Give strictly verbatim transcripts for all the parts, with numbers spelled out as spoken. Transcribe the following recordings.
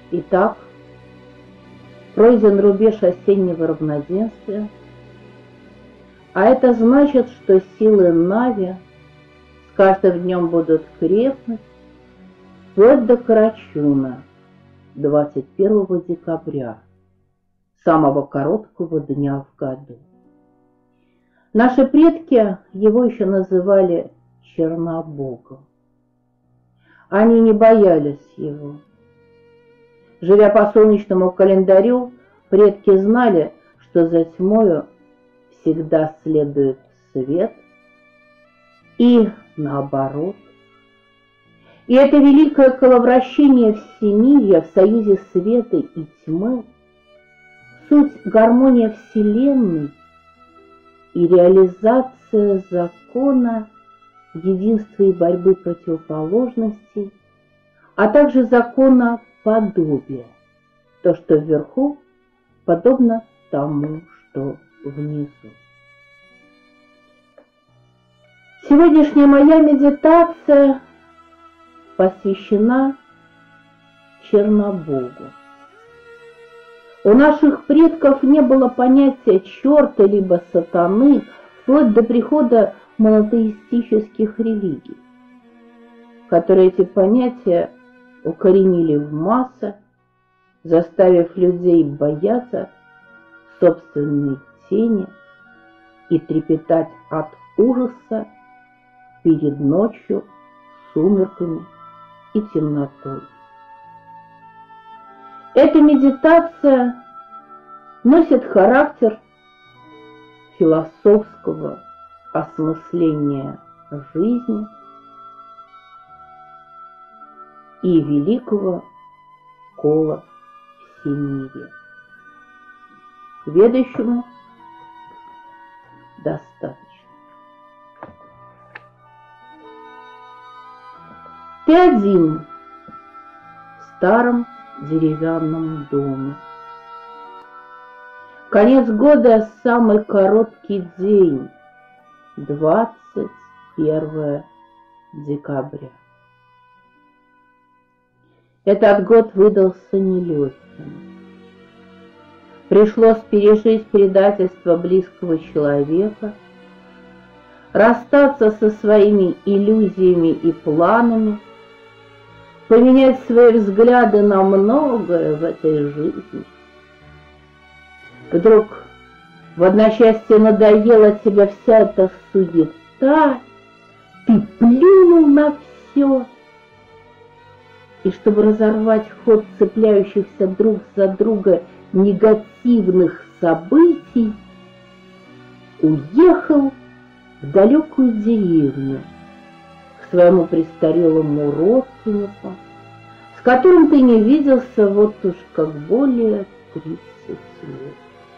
Итак, пройден рубеж осеннего равноденствия, а это значит, что силы Нави с каждым днем будут крепнуть вплоть до Карачуна двадцать первого декабря, самого короткого дня в году. Наши предки его еще называли Чернобогом. Они не боялись его. Живя по солнечному календарю, предки знали, что за тьмою всегда следует свет, и наоборот. И это великое коловращение всемирья в союзе света и тьмы, суть гармония Вселенной и реализация закона единства и борьбы противоположностей, а также закона подобия, то, что вверху, подобно тому, что внизу. Сегодняшняя моя медитация посвящена Чернобогу. У наших предков не было понятия черта либо сатаны вплоть до прихода монотеистических религий, которые эти понятия укоренили в массы, заставив людей бояться собственной тени и трепетать от ужаса перед ночью, сумерками и темнотой. Эта медитация носит характер философского осмысления жизни и великого кола всемирия. Ведающему достаточно. Ты один в старом деревянном доме. Конец года — самый короткий день, двадцать первое декабря. Этот год выдался нелегким. Пришлось пережить предательство близкого человека, расстаться со своими иллюзиями и планами, поменять свои взгляды на многое в этой жизни. Вдруг в одночасье надоела тебе вся эта суета, ты плюнул на все, и чтобы разорвать ход цепляющихся друг за друга негативных событий, уехал в далекую деревню к своему престарелому родственнику, с которым ты не виделся вот уж как более тридцати лет.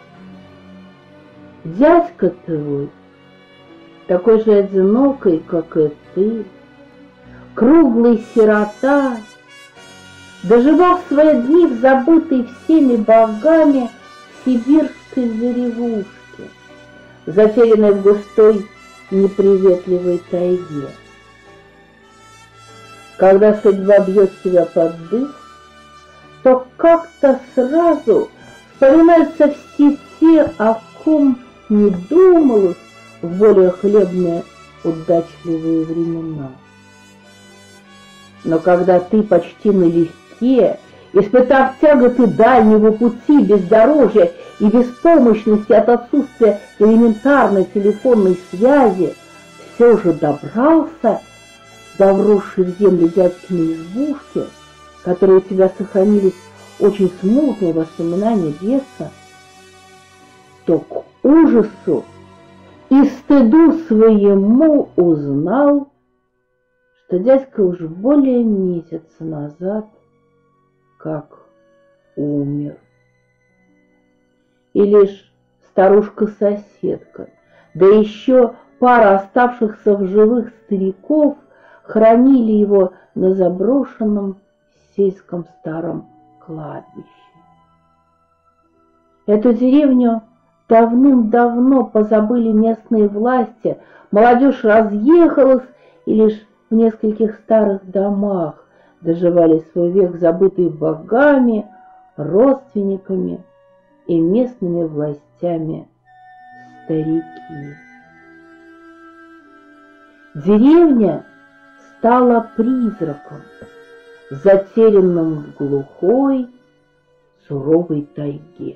Дядька твой, такой же одинокий, как и ты, круглый сирота, доживал свои дни в забытой всеми богами сибирской деревушке, затерянной в густой неприветливой тайге. Когда судьба бьет тебя под дых, то как-то сразу вспоминаются все те, о ком не думалось в более хлебные удачливые времена. Но когда ты почти налегке, испытав тяготы дальнего пути, бездорожья и беспомощности от отсутствия элементарной телефонной связи, все же добрался до вросшей в землю дядькиной избушки, которые у тебя сохранились очень смутные воспоминания детства, то к ужасу и стыду своему узнал, что дядька уж более месяца назад как умер. И лишь старушка-соседка, да еще пара оставшихся в живых стариков хранили его на заброшенном сельском старом кладбище. Эту деревню давным-давно позабыли местные власти, молодежь разъехалась, и лишь в нескольких старых домах доживали свой век забытые богами, родственниками и местными властями старики. Деревня стала призраком, затерянным в глухой, суровой тайге.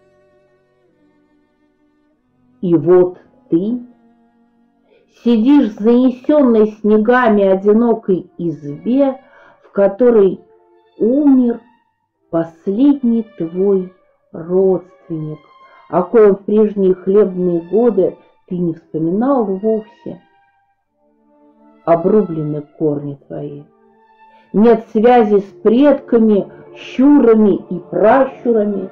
И вот ты сидишь в занесенной снегами одинокой избе, в которой умер последний твой родственник, о коем в прежние хлебные годы ты не вспоминал вовсе. Обрублены корни твои, нет связи с предками, щурами и пращурами,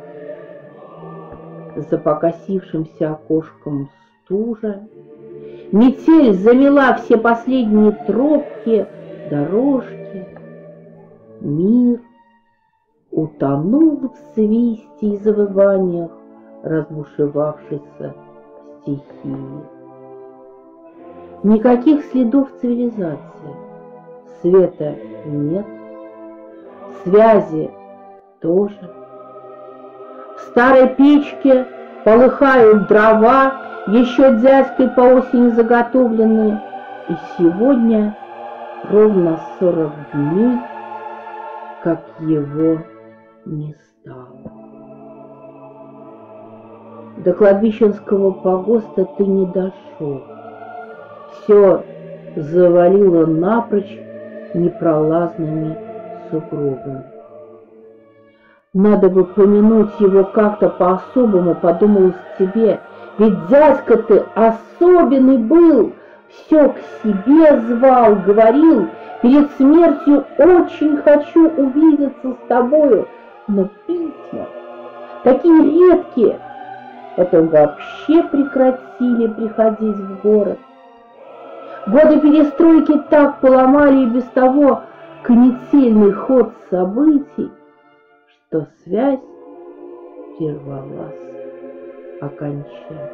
за покосившимся окошком стужа. Метель замела все последние тропки, дорожки. Мир утонул в свисте и завываниях разбушевавшейся стихии. Никаких следов цивилизации, света нет, связи тоже. В старой печке полыхают дрова, еще дядькой по осени заготовленные, и сегодня ровно сорок дней, как его не стало. До кладбищенского погоста ты не дошел. Все завалило напрочь непролазными сугробами. Надо бы помянуть его как-то по-особому, подумалось тебе, ведь дядька ты особенный был, все к себе звал, говорил, перед смертью очень хочу увидеться с тобою, но письма такие редкие, потом вообще прекратили приходить в город. Годы перестройки так поломали и без того канительный ход событий, что связь прервалась окончательно.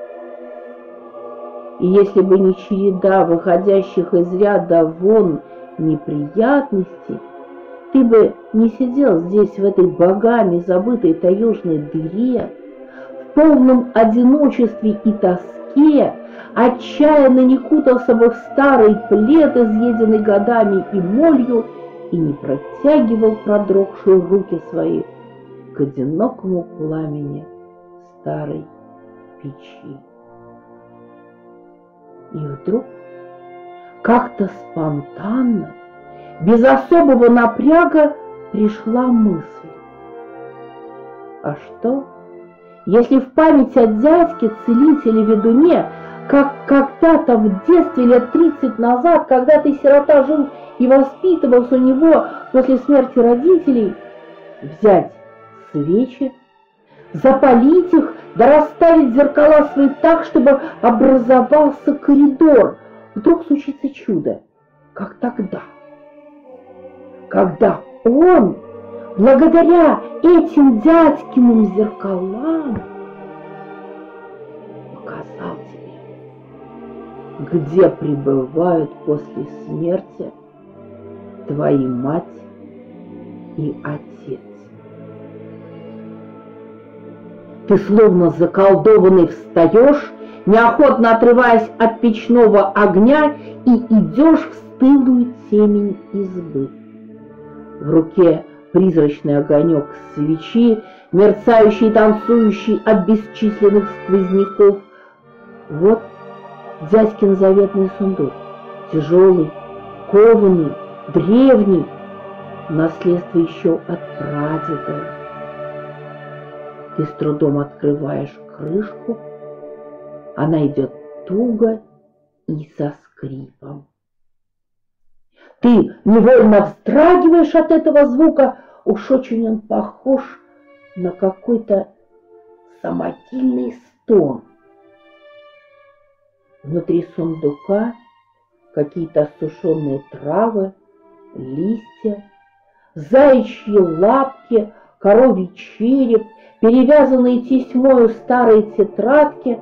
И если бы не череда выходящих из ряда вон неприятностей, ты бы не сидел здесь в этой богами забытой таежной дыре, в полном одиночестве и тоске, отчаянно не кутался бы в старый плед, изъеденный годами и молью, и не протягивал продрогшие руки свои к одинокому пламени старой печи. И вдруг, как-то спонтанно, без особого напряга, пришла мысль. А что, если в память о дядьке, целителе-ведуне, как когда-то в детстве лет тридцать назад, когда ты, сирота, жил и воспитывался у него после смерти родителей, взять свечи, запалить их, да расставить зеркала свои так, чтобы образовался коридор. Вдруг случится чудо, как тогда, когда он, благодаря этим дядькиным зеркалам, показал тебе, где пребывают после смерти твои мать и отец. Ты словно заколдованный встаешь, неохотно отрываясь от печного огня, и идешь в стылую темень избы. В руке призрачный огонек свечи, мерцающий и танцующий от бесчисленных сквозняков. Вот дядькин заветный сундук, тяжелый, кованый, древний, наследство еще от прадеда. Ты с трудом открываешь крышку, она идет туго и со скрипом. Ты невольно вздрагиваешь от этого звука, уж очень он похож на какой-то самодельный стон. Внутри сундука какие-то осушенные травы, листья, заячьи лапки, коровий череп, перевязанные тесьмою старые тетрадки,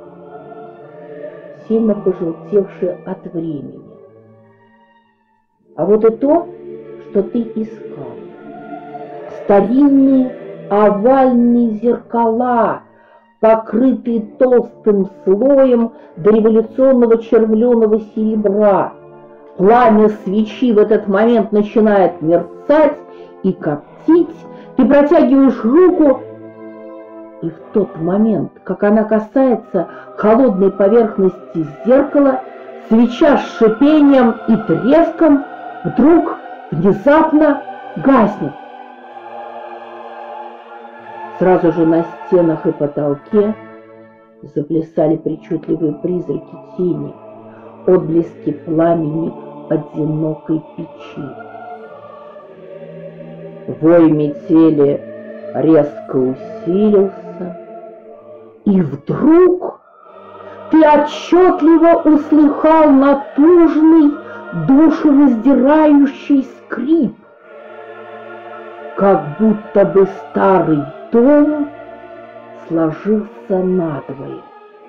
сильно пожелтевшие от времени. А вот и то, что ты искал. Старинные овальные зеркала, покрытые толстым слоем дореволюционного червленого серебра. Пламя свечи в этот момент начинает мерцать и коптить. Ты протягиваешь руку, и в тот момент, как она касается холодной поверхности зеркала, свеча с шипением и треском вдруг внезапно гаснет. Сразу же на стенах и потолке заплясали причудливые призраки тени, отблески пламени одинокой печи. Вой метели резко усилился, и вдруг ты отчетливо услыхал натужный, душераздирающий скрип, как будто бы старый дом сложился надвое.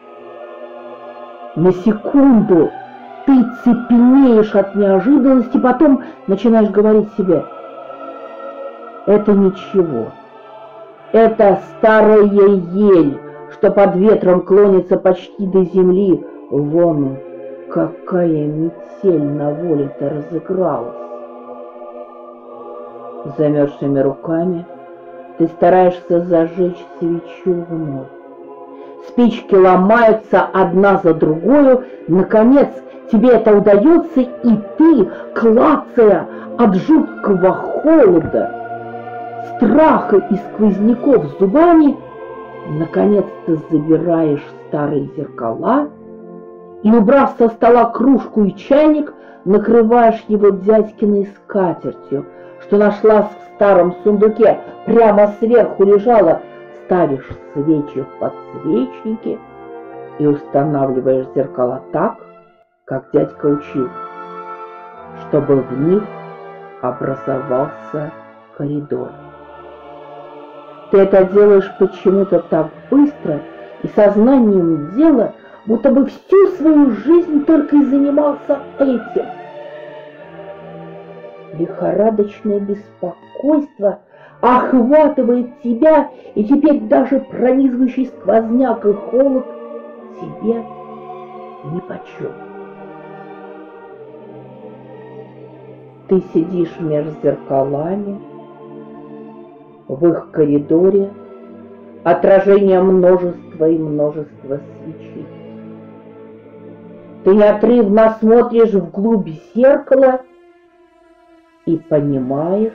На секунду ты цепенеешь от неожиданности, потом начинаешь говорить себе: это ничего, это старая ель, что под ветром клонится почти до земли. Вон какая метель на воле-то разыгралась. Замерзшими руками ты стараешься зажечь свечу вновь. Спички ломаются одна за другую. Наконец тебе это удается, и ты, клацая от жуткого холода, страха и сквозняков зубами, наконец-то забираешь старые зеркала и, убрав со стола кружку и чайник, накрываешь его дядькиной скатертью, что нашлась в старом сундуке, прямо сверху лежала, ставишь свечи в подсвечники и устанавливаешь зеркала так, как дядька учил, чтобы в них образовался коридор. Ты это делаешь почему-то так быстро и сознанием дела, будто бы всю свою жизнь только и занимался этим. Лихорадочное беспокойство охватывает тебя, и теперь даже пронизывающий сквозняк и холод тебе нипочем. Ты сидишь между зеркалами, в их коридоре отражение множества и множества свечей. Ты неотрывно смотришь вглубь зеркала и понимаешь,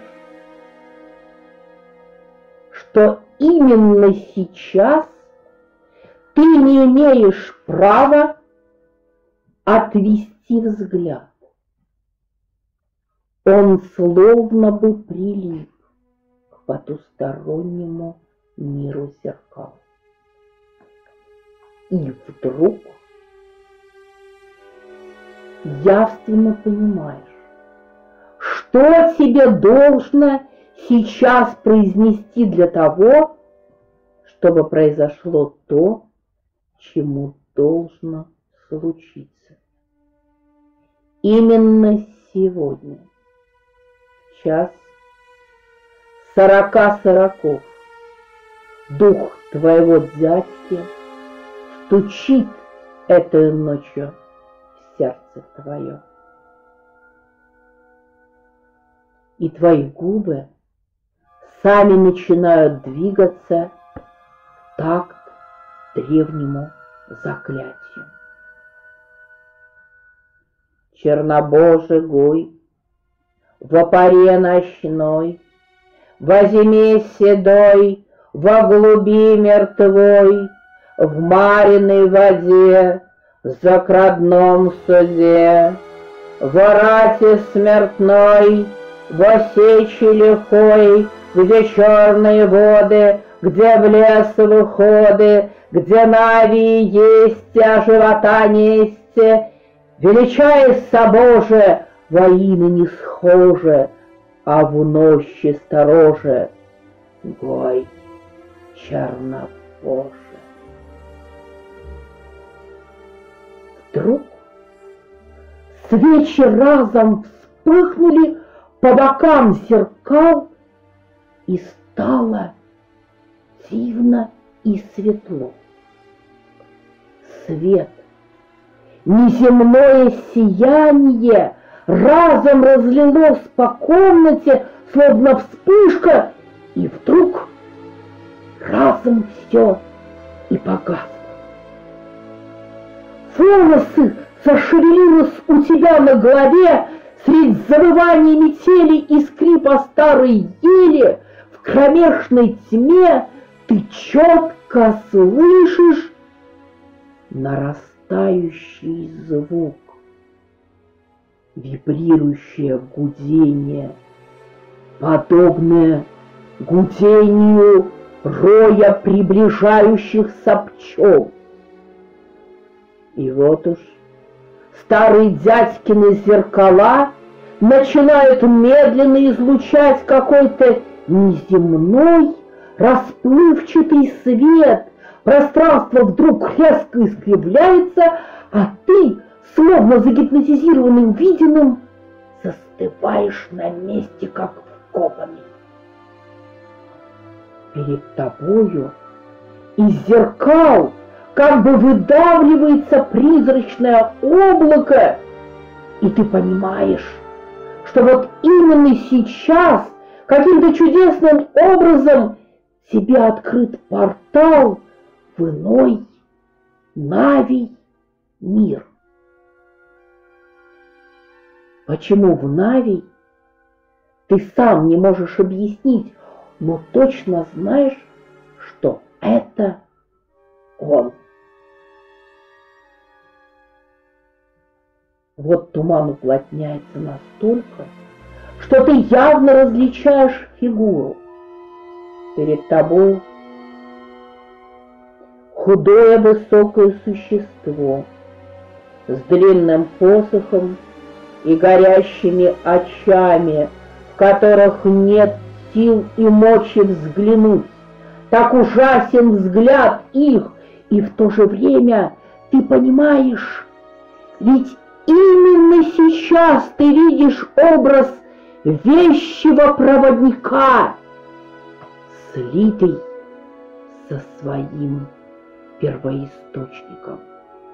что именно сейчас ты не имеешь права отвести взгляд. Он словно бы прилип к потустороннему миру зеркал. И вдруг явственно понимаешь, что тебе должно сейчас произнести для того, чтобы произошло то, чему должно случиться. Именно сегодня, в час сорока сороков, дух твоего дядьки стучит этой ночью в сердце твое. И твои губы сами начинают двигаться в такт древнему заклятию. Чернобожий гуй, во паре ночной, во зиме седой, во глуби мертвой, в мариной воде, в закрадном суде, в рате смертной, во сечи лихой, где черные воды, где в лес выходы, где нави есть, а живота несть, величайся, Боже, во имя не схоже, а в ночи стороже, гой чернобоже. Вдруг свечи разом вспыхнули по бокам зеркал, и стало дивно и светло. Свет, неземное сияние разом разлилось по комнате, словно вспышка, и вдруг разом все и погасло. Волосы зашевелились у тебя на голове, средь завывания метели и скрипа старой ели, в кромешной тьме ты четко слышишь нарастающий звук, вибрирующее гудение, подобное гудению роя приближающихся пчел. И вот уж старые дядькины зеркала начинают медленно излучать какой-то неземной расплывчатый свет. Пространство вдруг резко искривляется, а ты, словно загипнотизированный увиденным, застываешь на месте, как вкопанный. Перед тобою из зеркал как бы выдавливается призрачное облако, и ты понимаешь, что вот именно сейчас каким-то чудесным образом тебе открыт портал в иной Навий мир. Почему в Навий, ты сам не можешь объяснить, но точно знаешь, что это он. Вот туман уплотняется настолько, что ты явно различаешь фигуру. Перед тобой худое высокое существо с длинным посохом и горящими очами, в которых нет сил и мочи взглянуть. Так ужасен взгляд их, и в то же время ты понимаешь, ведь именно сейчас ты видишь образ вещего проводника, слитый со своим первоисточником.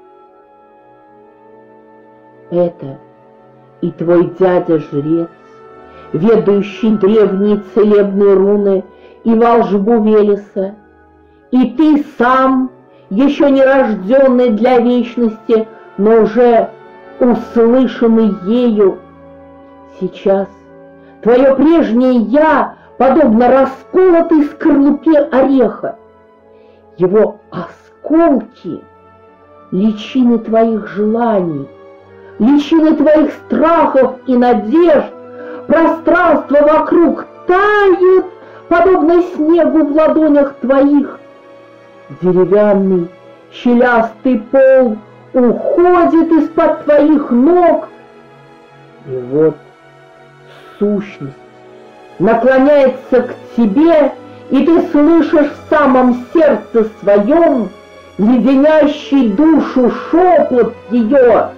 Это и твой дядя-жрец, ведающий древние целебные руны и волшбу Велеса, и ты сам, еще не рожденный для вечности, но уже услышанный ею. Сейчас твое прежнее «я» подобно расколотой скорлупе ореха. Его осколки — личины твоих желаний, личины твоих страхов и надежд. Пространство вокруг тает, подобно снегу в ладонях твоих. Деревянный щелястый пол уходит из-под твоих ног. И вот сущность наклоняется к тебе, и ты слышишь в самом сердце своем леденящий душу шепот ее.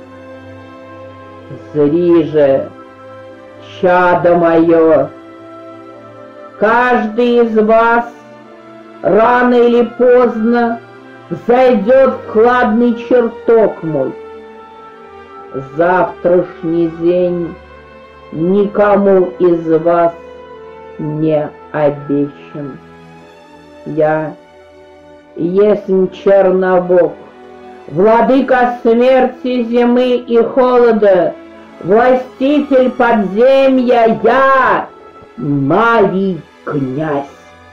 Зри же, чадо мое, каждый из вас рано или поздно взойдет в хладный чертог мой. Завтрашний день никому из вас не обещан. Я есмь Чернобог, владыка смерти, зимы и холода, властитель подземья, я Навий князь.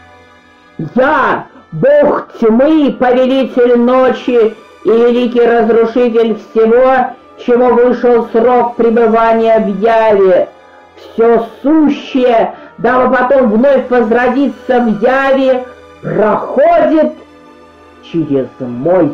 Я бог тьмы, повелитель ночи и великий разрушитель всего, чему вышел срок пребывания в яве. Все сущее, дабы потом вновь возродиться в яве, проходит через мой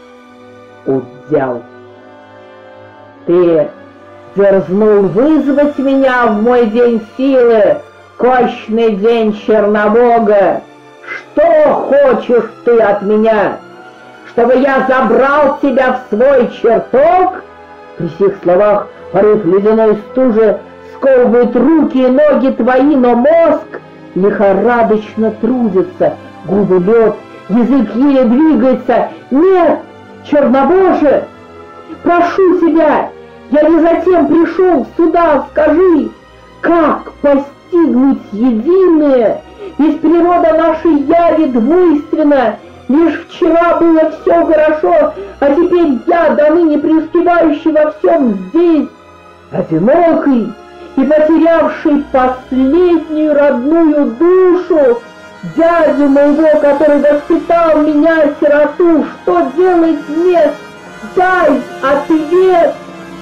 удел. Ты дерзнул вызвать меня в мой день силы, кощный день Чернобога. Что хочешь ты от меня? Чтобы я забрал тебя в свой чертог? При сих словах порыв ледяной стужи сковывают руки и ноги твои, но мозг лихорадочно трудится, губы лед, язык еле двигается. Нет, Чернобоже, прошу тебя, я не затем пришел сюда, скажи, как постигнуть единое, ведь природа нашей яви двойственна. Лишь вчера было все хорошо, а теперь я, до ныне преуспевающий во всем здесь, одинокий и потерявший последнюю родную душу, дядю моего, который воспитал меня, сироту, что делать мне? Дай ответ!»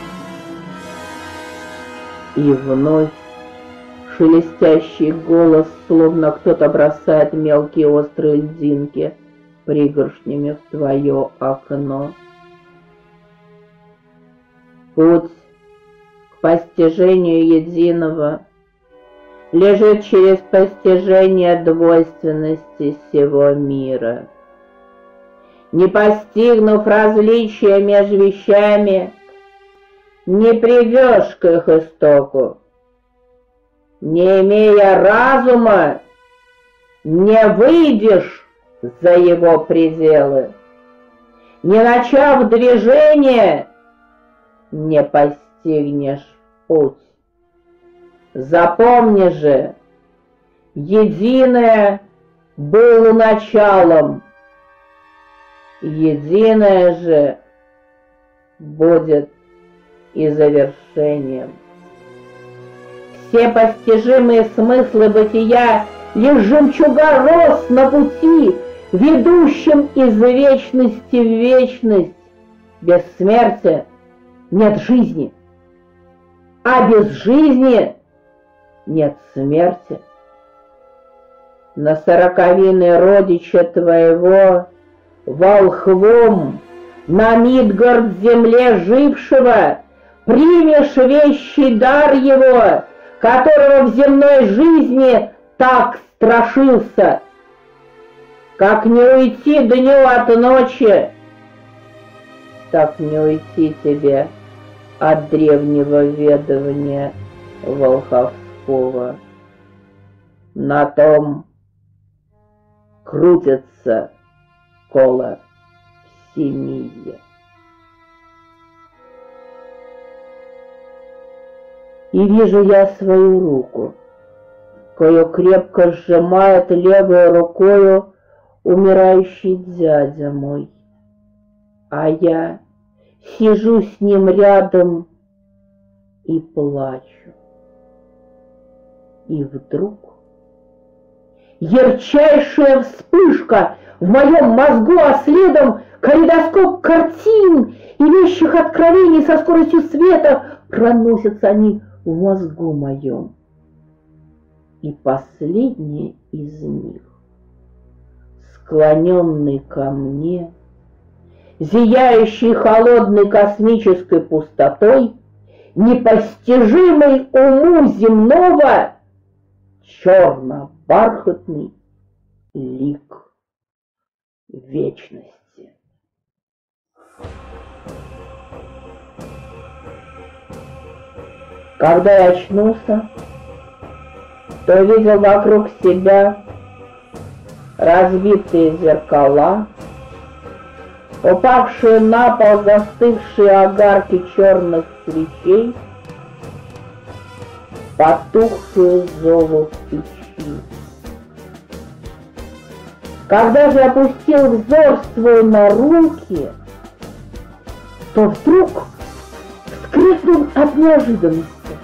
И вновь шелестящий голос, словно кто-то бросает мелкие острые льдинки пригоршнями в твое окно. Путь к постижению единого лежит через постижение двойственности всего мира. Не постигнув различия между вещами, не придешь к их истоку. Не имея разума, не выйдешь за его пределы. Не начав движение, не постигнешь путь. Запомни же, единое было началом, единое же будет и завершением. Все постижимые смыслы бытия лишь жемчуга роз на пути, ведущем из вечности в вечность. Без смерти нет жизни, а без жизни нет смерти. На сороковины родича твоего, волхвом на Мидгард земле жившего, примешь вещий дар его, которого в земной жизни так страшился. Как не уйти дню от ночи, так не уйти тебе от древнего ведования волховского. На том крутится коло всемирья. И вижу я свою руку, кою крепко сжимает левой рукою умирающий дядя мой, а я сижу с ним рядом и плачу. И вдруг ярчайшая вспышка в моем мозгу, а следом калейдоскоп картин и вещих откровений со скоростью света проносятся они в мозгу моем. И последняя из них, склоненный ко мне, зияющий холодной космической пустотой, непостижимый уму земного, черно-бархатный лик вечности. Когда я очнулся, то видел вокруг себя разбитые зеркала, упавшие на пол застывшие огарки черных свечей, потухшие зову печи. Когда же опустил взор свой на руки, то вдруг вскрикнул от неожиданности.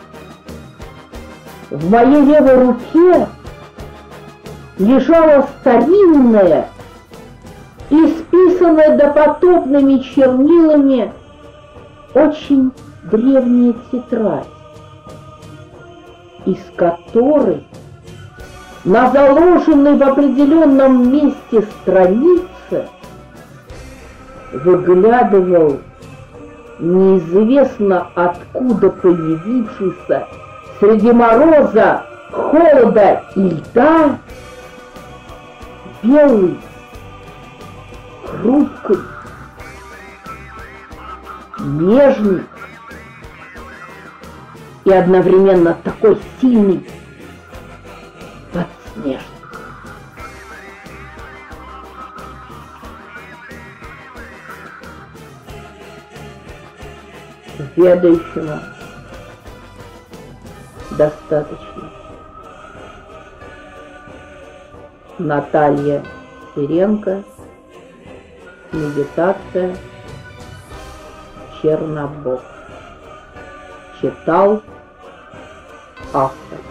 В моей левой руке лежала старинная, исписанная допотопными чернилами очень древняя тетрадь, из которой на заложенной в определенном месте странице выглядывал неизвестно откуда появившийся среди мороза, холода и льда белый, хрупкий, нежный, и одновременно такой сильный подснежник. Ведающего достаточно. Наталья Сиренко. Медитация. Чернобог. Читал автор.